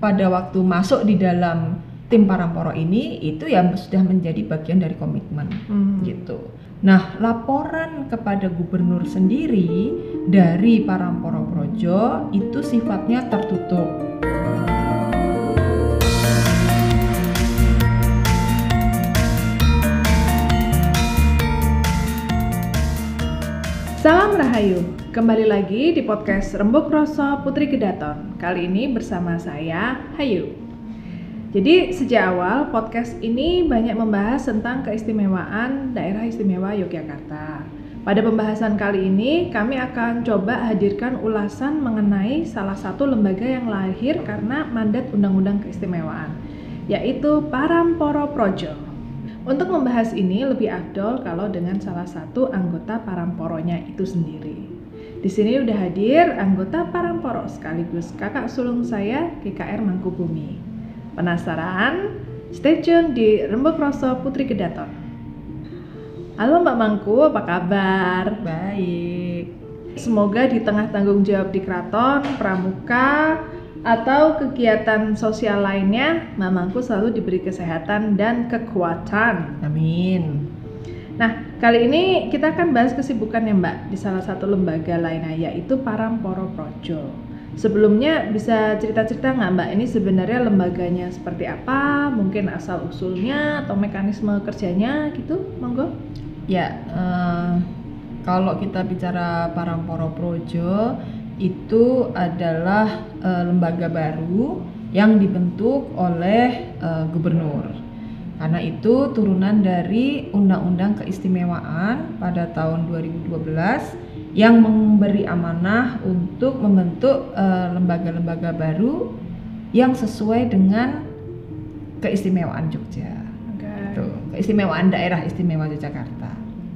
pada waktu masuk di dalam tim Paramporo ini itu ya sudah menjadi bagian dari komitmen gitu. Nah, laporan kepada gubernur sendiri dari Paramporo Projo itu sifatnya tertutup. Salam Rahayu, kembali lagi di podcast Rembug Roso Putri Kedaton. Kali ini bersama saya, Hayu. Jadi sejak awal podcast ini banyak membahas tentang keistimewaan Daerah Istimewa Yogyakarta. Pada pembahasan kali ini kami akan coba hadirkan ulasan mengenai salah satu lembaga yang lahir karena mandat Undang-Undang Keistimewaan, yaitu Paramporo Projo. Untuk membahas ini lebih afdol kalau dengan salah satu anggota Paramporonya itu sendiri. Di sini udah hadir anggota Paramporo sekaligus kakak sulung saya GKR Mangkubumi. Penasaran? Stay tune di Rembug Roso Putri Kedaton. Halo Mbak Mangku, apa kabar? Baik. Semoga di tengah tanggung jawab di keraton, pramuka, atau kegiatan sosial lainnya, Mamangku selalu diberi kesehatan dan kekuatan. Amin. Nah, kali ini kita akan bahas kesibukan ya Mbak di salah satu lembaga lainnya, yaitu Paramporo Projo. Sebelumnya bisa cerita-cerita nggak Mbak, ini sebenarnya lembaganya seperti apa, mungkin asal-usulnya atau mekanisme kerjanya gitu, monggo? Ya, kalau kita bicara Paramporo Projo, itu adalah lembaga baru yang dibentuk oleh gubernur. Karena itu turunan dari Undang-Undang Keistimewaan pada tahun 2012 yang memberi amanah untuk membentuk lembaga-lembaga baru yang sesuai dengan keistimewaan Jogja. Gitu. Keistimewaan Daerah Istimewa Yogyakarta.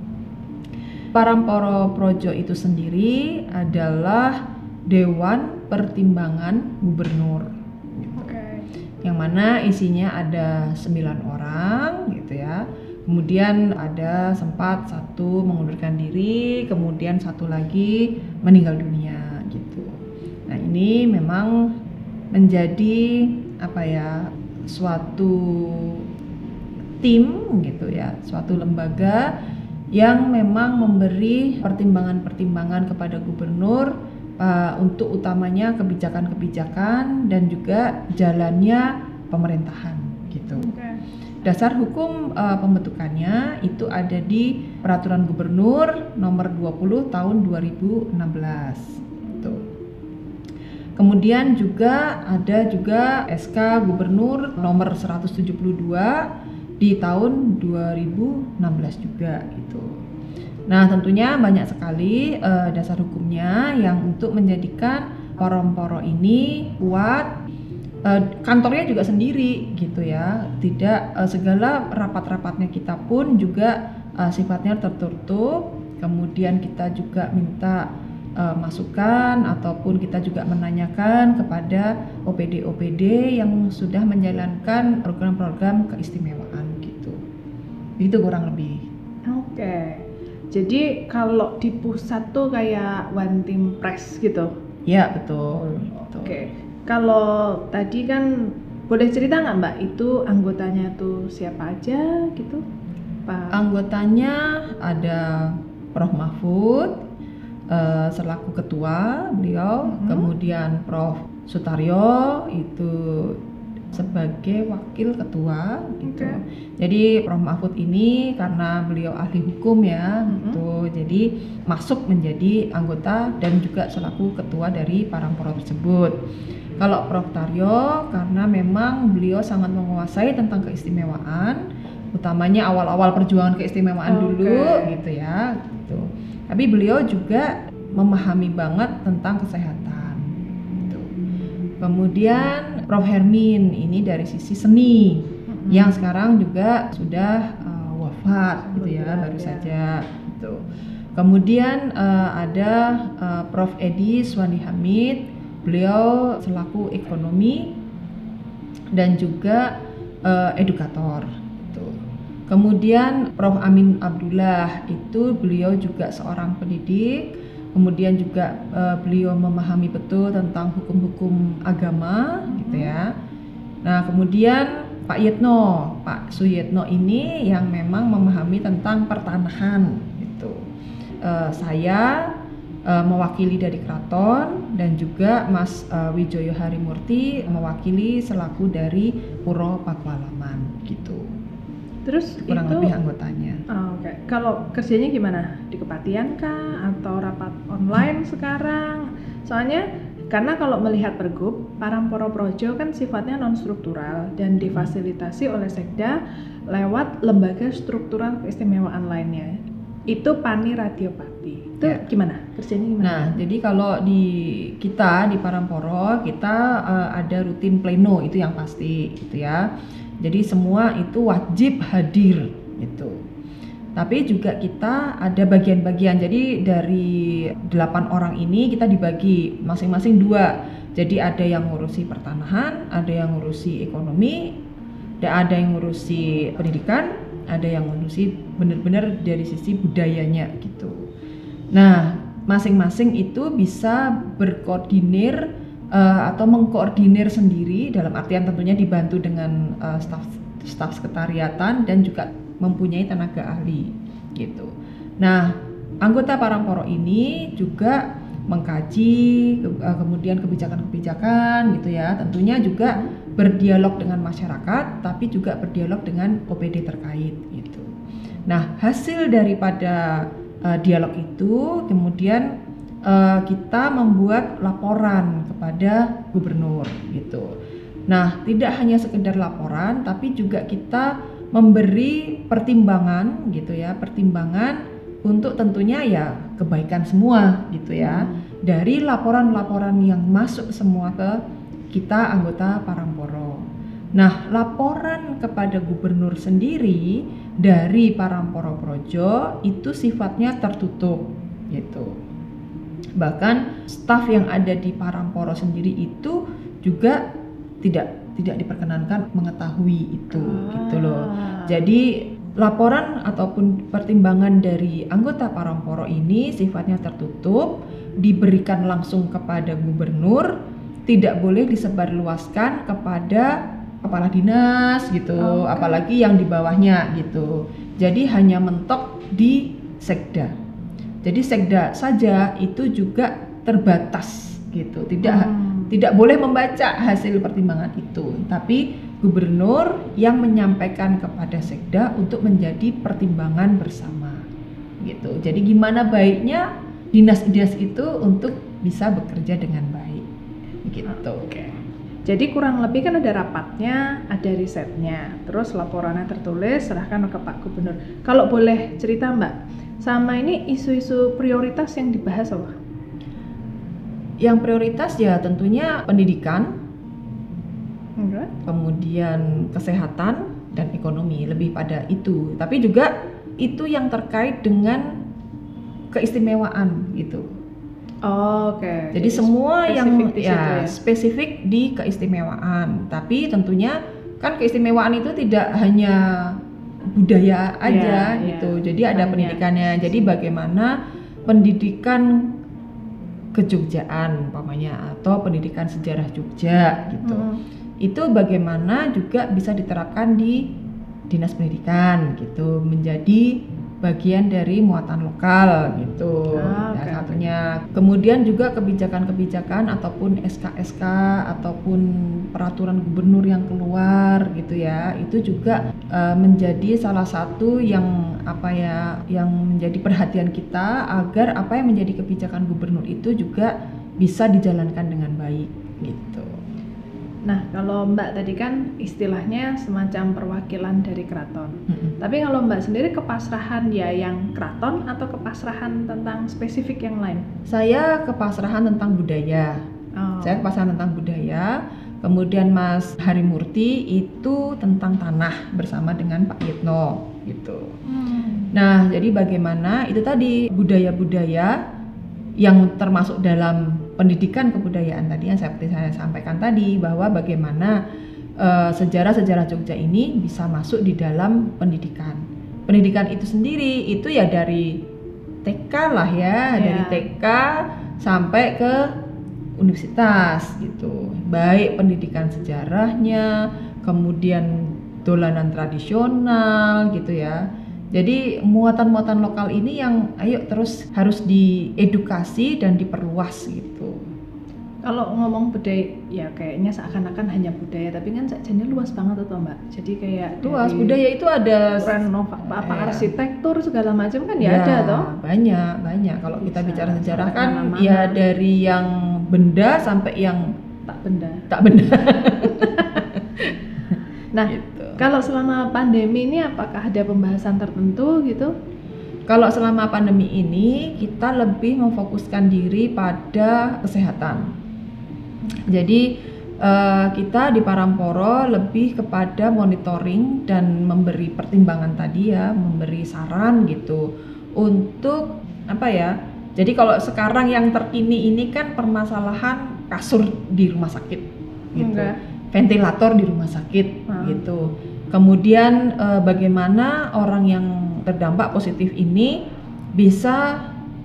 Paramporo Projo itu sendiri adalah Dewan Pertimbangan Gubernur, yang mana isinya ada 9 orang gitu ya. Kemudian ada sempat satu mengundurkan diri, kemudian satu lagi meninggal dunia gitu. Nah ini memang menjadi suatu tim gitu ya, suatu lembaga yang memang memberi pertimbangan-pertimbangan kepada gubernur untuk utamanya kebijakan-kebijakan dan juga jalannya pemerintahan gitu. Dasar hukum pembentukannya itu ada di Peraturan Gubernur nomor 20 tahun 2016 gitu. Kemudian juga ada juga SK Gubernur nomor 172 di tahun 2016 juga gitu. Nah tentunya banyak sekali dasar hukumnya yang untuk menjadikan Paramporo ini kuat. Kantornya juga sendiri gitu ya, tidak segala rapat-rapatnya kita pun juga sifatnya tertutup. Kemudian kita juga minta masukan ataupun kita juga menanyakan kepada OPD-OPD yang sudah menjalankan program-program keistimewaan gitu. Itu kurang lebih. Oke. Jadi kalau di pusat tuh kayak one team press gitu? Ya betul. Oke. Kalau tadi kan boleh cerita nggak Mbak itu anggotanya tuh siapa aja gitu? Pak? Anggotanya ada Prof Mahfud selaku ketua beliau, kemudian Prof Sutaryo itu sebagai wakil ketua gitu. Jadi Prof Mahfud ini karena beliau ahli hukum ya gitu, jadi masuk menjadi anggota dan juga selaku ketua dari Paramporo tersebut. Kalau Prof Taryo karena memang beliau sangat menguasai tentang keistimewaan, utamanya awal-awal perjuangan keistimewaan dulu gitu ya gitu. Tapi beliau juga memahami banget tentang kesehatan gitu. Kemudian Prof Hermin ini dari sisi seni yang sekarang juga sudah wafat gitu ya, baru saja gitu. Kemudian ada Prof Edi Swandi Hamid, beliau selaku ekonomi dan juga edukator gitu. Kemudian Prof Amin Abdullah itu beliau juga seorang pendidik, kemudian juga beliau memahami betul tentang hukum-hukum agama gitu. gitu ya. Nah, kemudian Pak Suyitno ini yang memang memahami tentang pertanahan gitu. Saya mewakili dari keraton dan juga Mas Wijoyo Harimurti mewakili selaku dari Puro Pakualaman gitu. Terus kurang itu, lebih anggotanya. Oke. Kalau kerjanya gimana? Di kepatian kah atau rapat online sekarang? Soalnya karena kalau melihat Pergub, Paramporo Projo kan sifatnya non struktural dan difasilitasi oleh Sekda lewat lembaga struktural keistimewaan lainnya. Itu Pani Radiopati. Itu gimana? Kerjanya gimana? Nah, jadi kalau di Paramporo kita ada rutin pleno, itu yang pasti gitu ya. Jadi semua itu wajib hadir gitu. Tapi juga kita ada bagian-bagian. Jadi dari 8 orang ini kita dibagi masing-masing 2. Jadi ada yang ngurusi pertanahan, ada yang ngurusi ekonomi, ada yang ngurusi pendidikan, ada yang ngurusi benar-benar dari sisi budayanya gitu. Nah, masing-masing itu bisa berkoordinir atau mengkoordinir sendiri, dalam artian tentunya dibantu dengan staf sekretariatan dan juga mempunyai tenaga ahli gitu. Nah, anggota Paramporo ini juga mengkaji kemudian kebijakan-kebijakan gitu ya. Tentunya juga berdialog dengan masyarakat, tapi juga berdialog dengan OPD terkait gitu. Nah, hasil daripada dialog itu kemudian kita membuat laporan kepada gubernur gitu. Nah, tidak hanya sekedar laporan, tapi juga kita memberi pertimbangan gitu ya, pertimbangan untuk tentunya ya kebaikan semua gitu ya, dari laporan-laporan yang masuk semua ke kita anggota Paramporo. Nah, laporan kepada gubernur sendiri dari Paramporo Projo itu sifatnya tertutup gitu. Bahkan staf yang ada di Paramporo sendiri itu juga tidak diperkenankan mengetahui itu gitu loh. Jadi laporan ataupun pertimbangan dari anggota Paramporo ini sifatnya tertutup, diberikan langsung kepada gubernur, tidak boleh disebarluaskan kepada kepala dinas gitu, apalagi yang di bawahnya gitu. Jadi hanya mentok di Sekda. Jadi Sekda saja itu juga terbatas gitu, tidak boleh membaca hasil pertimbangan itu, tapi gubernur yang menyampaikan kepada Sekda untuk menjadi pertimbangan bersama gitu. Jadi gimana baiknya dinas-dinas itu untuk bisa bekerja dengan baik gitu. Oke. Jadi kurang lebih kan ada rapatnya, ada risetnya, terus laporannya tertulis, serahkan ke Pak Gubernur. Kalau boleh cerita Mbak, sama ini isu-isu prioritas yang dibahas apa? Yang prioritas ya tentunya pendidikan, kemudian kesehatan dan ekonomi, lebih pada itu. Tapi juga itu yang terkait dengan keistimewaan gitu. Oke. Jadi semua yang ya spesifik di keistimewaan. Tapi tentunya kan keistimewaan itu tidak hanya budaya aja gitu. Jadi ada pendidikannya. Jadi bagaimana pendidikan kejogjaan umpamanya atau pendidikan sejarah Jogja gitu. Itu bagaimana juga bisa diterapkan di dinas pendidikan gitu, menjadi bagian dari muatan lokal gitu. Satunya. Kemudian juga kebijakan-kebijakan ataupun SK-SK ataupun peraturan gubernur yang keluar gitu ya, itu juga menjadi salah satu yang yang menjadi perhatian kita agar apa yang menjadi kebijakan gubernur itu juga bisa dijalankan dengan baik gitu. Nah, kalau Mbak tadi kan istilahnya semacam perwakilan dari keraton. Tapi kalau Mbak sendiri kepasrahan ya yang keraton atau kepasrahan tentang spesifik yang lain? Saya kepasrahan tentang budaya. Saya kepasrahan tentang budaya. Kemudian Mas Harimurti itu tentang tanah bersama dengan Pak Yitno gitu. Nah, jadi bagaimana itu tadi budaya-budaya yang termasuk dalam pendidikan kebudayaan tadi yang seperti saya sampaikan tadi, bahwa bagaimana sejarah-sejarah Jogja ini bisa masuk di dalam pendidikan. Pendidikan itu sendiri itu ya dari TK lah ya, dari TK sampai ke universitas gitu, baik pendidikan sejarahnya, kemudian dolanan tradisional gitu ya. Jadi muatan-muatan lokal ini yang ayo terus harus diedukasi dan diperluas gitu. Kalau ngomong budaya, ya kayaknya seakan-akan hanya budaya, tapi kan sakjane luas banget tuh Mbak. Jadi kayak Luas dari budaya itu ada apa ya. arsitektur segala macam kan ya ada toh. Banyak. Kalau kita Bisa bicara sejarah sampai kan kemana-mana. ya dari yang benda sampai yang Tak benda. tak benda. Nah, Gitu. kalau selama pandemi ini apakah ada pembahasan tertentu gitu? Kalau selama pandemi ini kita lebih memfokuskan diri pada kesehatan. Jadi kita di Paramporo lebih kepada monitoring dan memberi pertimbangan tadi ya, memberi saran gitu untuk apa ya. Jadi kalau sekarang yang terkini ini kan permasalahan kasur di rumah sakit gitu. Enggak. Ventilator di rumah sakit gitu. Kemudian bagaimana orang yang terdampak positif ini bisa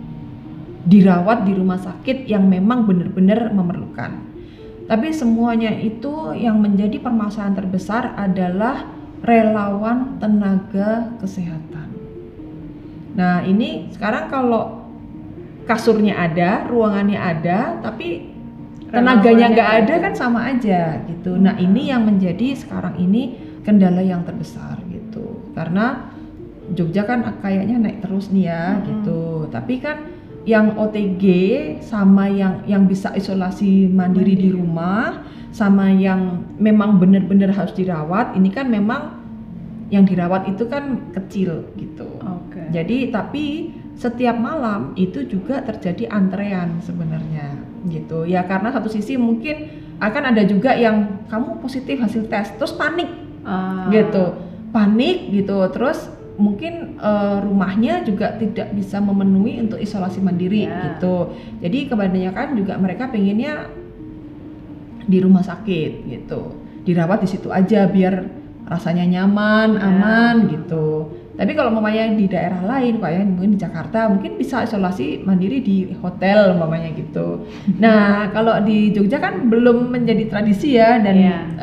dirawat di rumah sakit yang memang benar-benar memerlukan. Tapi semuanya itu yang menjadi permasalahan terbesar adalah relawan tenaga kesehatan. Nah, ini sekarang kalau kasurnya ada, ruangannya ada, tapi tenaganya nggak ada kan sama aja gitu. Nah, ini yang menjadi sekarang ini kendala yang terbesar gitu. Karena Jogja kan kayaknya naik terus nih ya gitu. Tapi kan yang OTG sama yang bisa isolasi mandiri di rumah sama yang memang benar-benar harus dirawat, ini kan memang yang dirawat itu kan kecil gitu. Jadi tapi setiap malam itu juga terjadi antrean sebenarnya gitu. Ya karena satu sisi mungkin akan ada juga yang kamu positif hasil tes terus panik gitu. Panik gitu terus mungkin rumahnya juga tidak bisa memenuhi untuk isolasi mandiri gitu. Jadi kebanyakan juga mereka pengennya di rumah sakit gitu, dirawat di situ aja biar rasanya nyaman, aman gitu. Tapi kalau umpamanya di daerah lain, kayak mungkin di Jakarta, mungkin bisa isolasi mandiri di hotel umpamanya gitu. Nah kalau di Jogja kan belum menjadi tradisi ya dan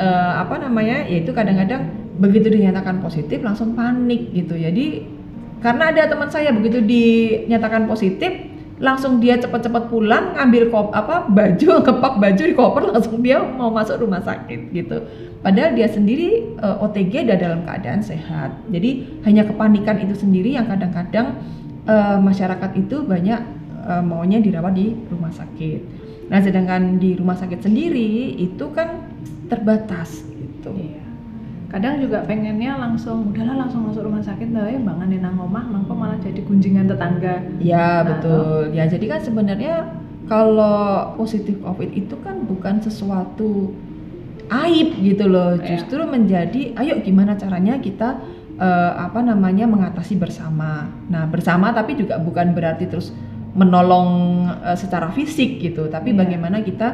yaitu kadang-kadang begitu dinyatakan positif langsung panik gitu. Jadi karena ada teman saya begitu dinyatakan positif langsung dia cepat-cepat pulang ngambil baju, ngepak baju di koper langsung dia mau masuk rumah sakit gitu. Padahal dia sendiri OTG udah dalam keadaan sehat. Jadi hanya kepanikan itu sendiri yang kadang-kadang masyarakat itu banyak maunya dirawat di rumah sakit. Nah sedangkan di rumah sakit sendiri itu kan terbatas gitu. Kadang juga pengennya langsung masuk rumah sakit ya banganin nang omah mangko malah jadi gunjingan tetangga. Ya betul. Ya jadi kan sebenarnya kalau positif COVID itu kan bukan sesuatu aib gitu loh. Justru menjadi ayo gimana caranya kita mengatasi bersama. Nah, bersama tapi juga bukan berarti terus menolong secara fisik gitu, tapi bagaimana kita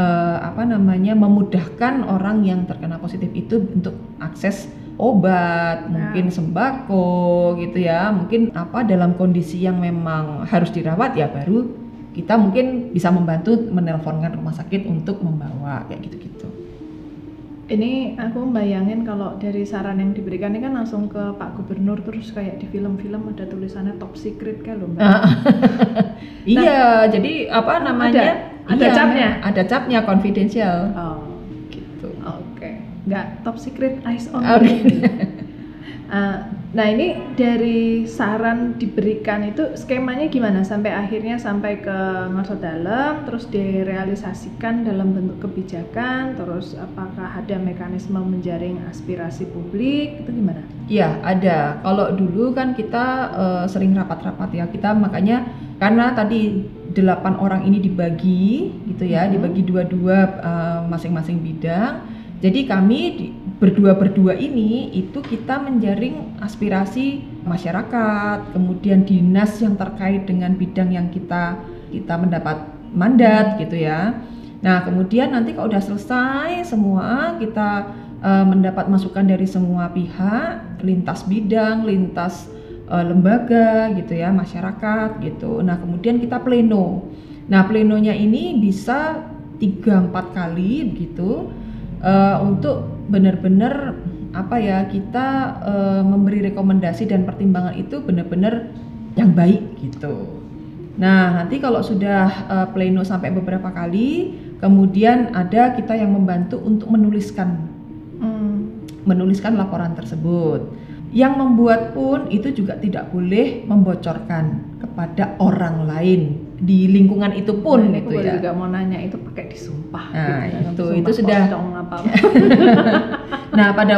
memudahkan orang yang terkena positif itu untuk akses obat, mungkin sembako gitu ya, mungkin dalam kondisi yang memang harus dirawat ya baru kita mungkin bisa membantu menelponkan rumah sakit untuk membawa kayak gitu-gitu. Ini aku bayangin kalau dari saran yang diberikan ini kan langsung ke Pak Gubernur terus kayak di film-film ada tulisannya top secret kan loh Mbak. Iya, jadi ada capnya? Ada capnya confidential. Oh, gitu. Oke. Nggak top secret eyes on me. Nah ini dari saran diberikan itu skemanya gimana sampai akhirnya sampai ke Ngorso Dalem terus direalisasikan dalam bentuk kebijakan, terus apakah ada mekanisme menjaring aspirasi publik itu gimana? Iya ada. Kalau dulu kan kita sering rapat-rapat ya, kita makanya karena tadi 8 orang ini dibagi gitu ya, dibagi dua-dua masing-masing bidang. Jadi kami berdua ini itu kita menjaring aspirasi masyarakat, kemudian dinas yang terkait dengan bidang yang kita mendapat mandat gitu ya. Nah kemudian nanti kalau udah selesai semua kita mendapat masukan dari semua pihak, lintas bidang, lintas lembaga gitu ya, masyarakat gitu. Nah kemudian kita pleno. Nah plenonya ini bisa 3-4 kali begitu, untuk benar-benar kita memberi rekomendasi dan pertimbangan itu benar-benar yang baik gitu. Nah, nanti kalau sudah pleno sampai beberapa kali, kemudian ada kita yang membantu untuk menuliskan laporan tersebut. Yang membuat pun itu juga tidak boleh membocorkan kepada orang lain di lingkungan itu pun. Nah, gitu aku ya. juga mau nanya, itu pakai disumpah? Nah, gitu, itu sudah. Nah, pada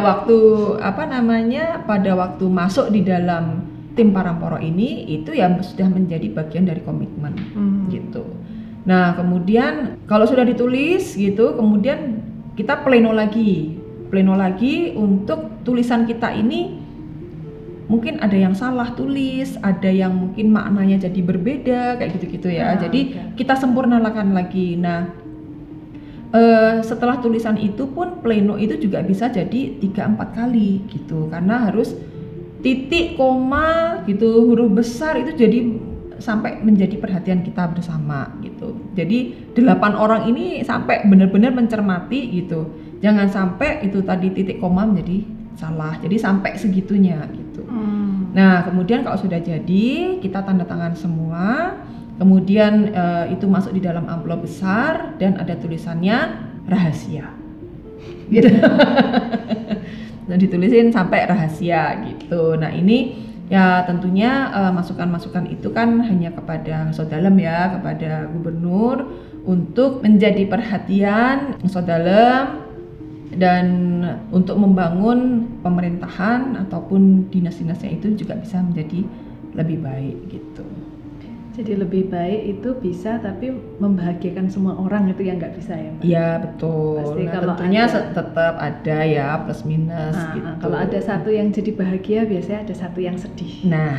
waktu masuk di dalam tim Paramporo ini, itu ya sudah menjadi bagian dari komitmen gitu. Nah, kemudian kalau sudah ditulis gitu, kemudian kita pleno lagi untuk tulisan kita ini. Mungkin ada yang salah tulis, ada yang mungkin maknanya jadi berbeda kayak gitu-gitu ya. Jadi kita sempurnakan lagi. Nah, setelah tulisan itu pun pleno itu juga bisa jadi 3-4 kali gitu, karena harus titik, koma gitu, huruf besar itu jadi sampai menjadi perhatian kita bersama gitu. Jadi 8 orang ini sampai benar-benar mencermati gitu. Jangan sampai itu tadi titik koma menjadi salah. Jadi sampai segitunya gitu. Nah, kemudian kalau sudah jadi, kita tanda tangan semua. Kemudian itu masuk di dalam amplop besar dan ada tulisannya rahasia. Gitu. Dan ditulisin sampai rahasia gitu. Nah, ini ya tentunya masukan-masukan itu kan hanya kepada Sodalem ya, kepada gubernur untuk menjadi perhatian Sodalem dan untuk membangun pemerintahan ataupun dinas-dinasnya itu juga bisa menjadi lebih baik gitu. Jadi lebih baik itu bisa, tapi membahagiakan semua orang itu yang nggak bisa ya Mbak? Iya betul. Pasti nah, kalau tentunya ada, tetap ada ya plus minus gitu. Kalau ada satu yang jadi bahagia, biasanya ada satu yang sedih. Nah.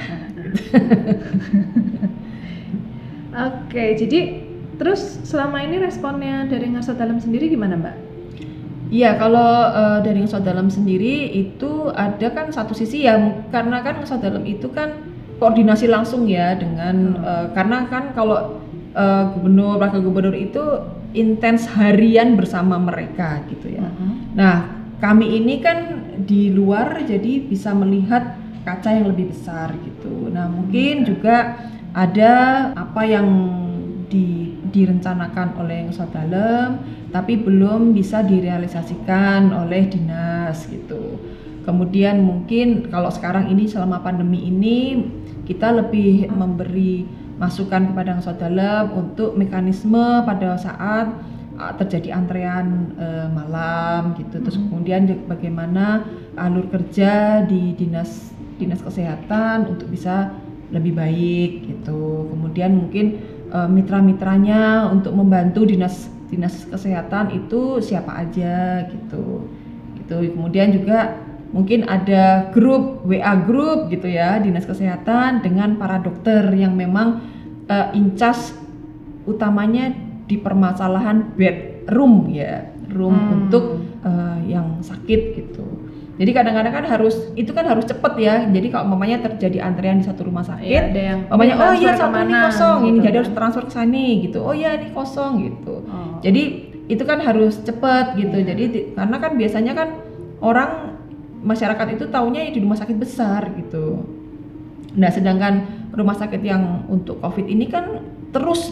Oke, jadi terus selama ini responnya dari Ngasodalem sendiri gimana Mbak? Iya, kalau dari Ngasodalem sendiri itu ada kan satu sisi ya, karena kan Ngasodalem itu kan koordinasi langsung ya dengan karena kan kalau gubernur, wakil gubernur itu intens harian bersama mereka gitu ya. Nah, kami ini kan di luar jadi bisa melihat kaca yang lebih besar gitu. Nah, mungkin juga ada apa yang direncanakan oleh Ngasodalem tapi belum bisa direalisasikan oleh dinas gitu. Kemudian mungkin kalau sekarang ini selama pandemi ini kita lebih memberi masukan kepada Ngasodalem untuk mekanisme pada saat terjadi antrean malam gitu. Terus kemudian bagaimana alur kerja di dinas kesehatan untuk bisa lebih baik gitu. Kemudian mungkin mitra-mitranya untuk membantu dinas kesehatan itu siapa aja gitu. Kemudian juga mungkin ada grup WA grup gitu ya, dinas kesehatan dengan para dokter yang memang incas utamanya di permasalahan bed room ya, untuk yang sakit gitu. Jadi kadang-kadang kan harus cepet ya. Jadi kalau mamanya terjadi antrean di satu rumah sakit, mamanya oh iya satu ini kosong, gitu, ini jadi harus transfer ke sini gitu. Oh iya ini kosong gitu. Jadi itu kan harus cepet gitu. Jadi karena kan biasanya kan orang masyarakat itu taunya di rumah sakit besar gitu. Nah, sedangkan rumah sakit yang untuk COVID ini kan terus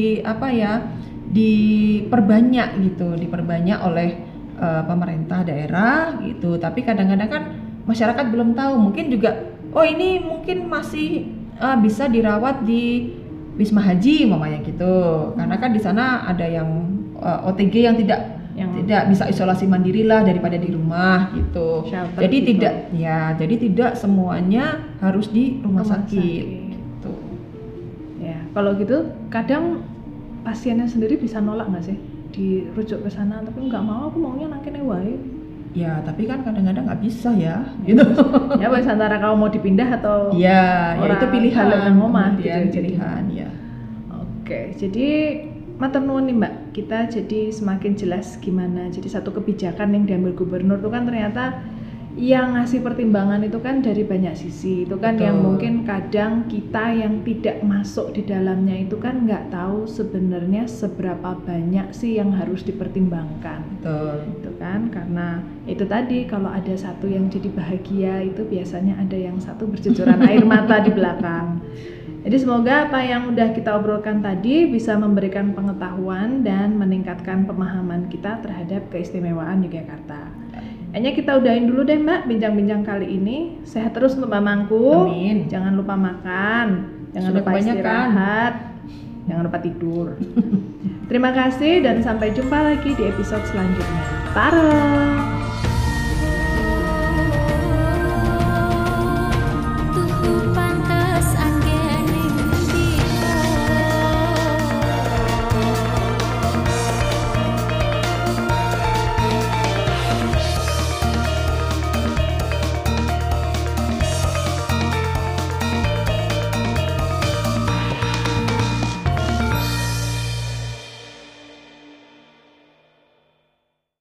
diperbanyak gitu, diperbanyak oleh pemerintah daerah gitu. Tapi kadang-kadang kan masyarakat belum tahu, mungkin juga oh ini mungkin masih bisa dirawat di Wisma Haji mamanya gitu. Karena kan di sana ada yang OTG yang tidak bisa isolasi mandiri lah daripada di rumah gitu. Shelter jadi gitu. tidak semuanya harus di rumah sakit gitu. Ya, kalau gitu kadang pasiennya sendiri bisa nolak nggak sih dirujuk ke sana, tapi nggak mau, aku maunya nang kene wae. Ya, tapi kan kadang-kadang nggak bisa ya, gitu. Ya, wes antara kamu mau dipindah atau ya itu pilihan ngomah gitu. Pilihan ya. Oke, jadi matur nuwun nih Mbak, kita jadi semakin jelas gimana. Jadi satu kebijakan yang diambil gubernur itu kan ternyata yang ngasih pertimbangan itu kan dari banyak sisi. Itu kan yang mungkin kadang kita yang tidak masuk di dalamnya itu kan nggak tahu sebenarnya seberapa banyak sih yang harus dipertimbangkan. Itu kan karena itu tadi, kalau ada satu yang jadi bahagia itu biasanya ada yang satu bercucuran air mata di belakang. Jadi semoga apa yang udah kita obrolkan tadi bisa memberikan pengetahuan dan meningkatkan pemahaman kita terhadap keistimewaan Yogyakarta. Kayaknya kita udahin dulu deh Mbak bincang-bincang kali ini. Sehat terus untuk Mamangku. Amin. Jangan lupa makan, jangan lupa istirahat, jangan lupa tidur. Terima kasih dan sampai jumpa lagi di episode selanjutnya. Pareng.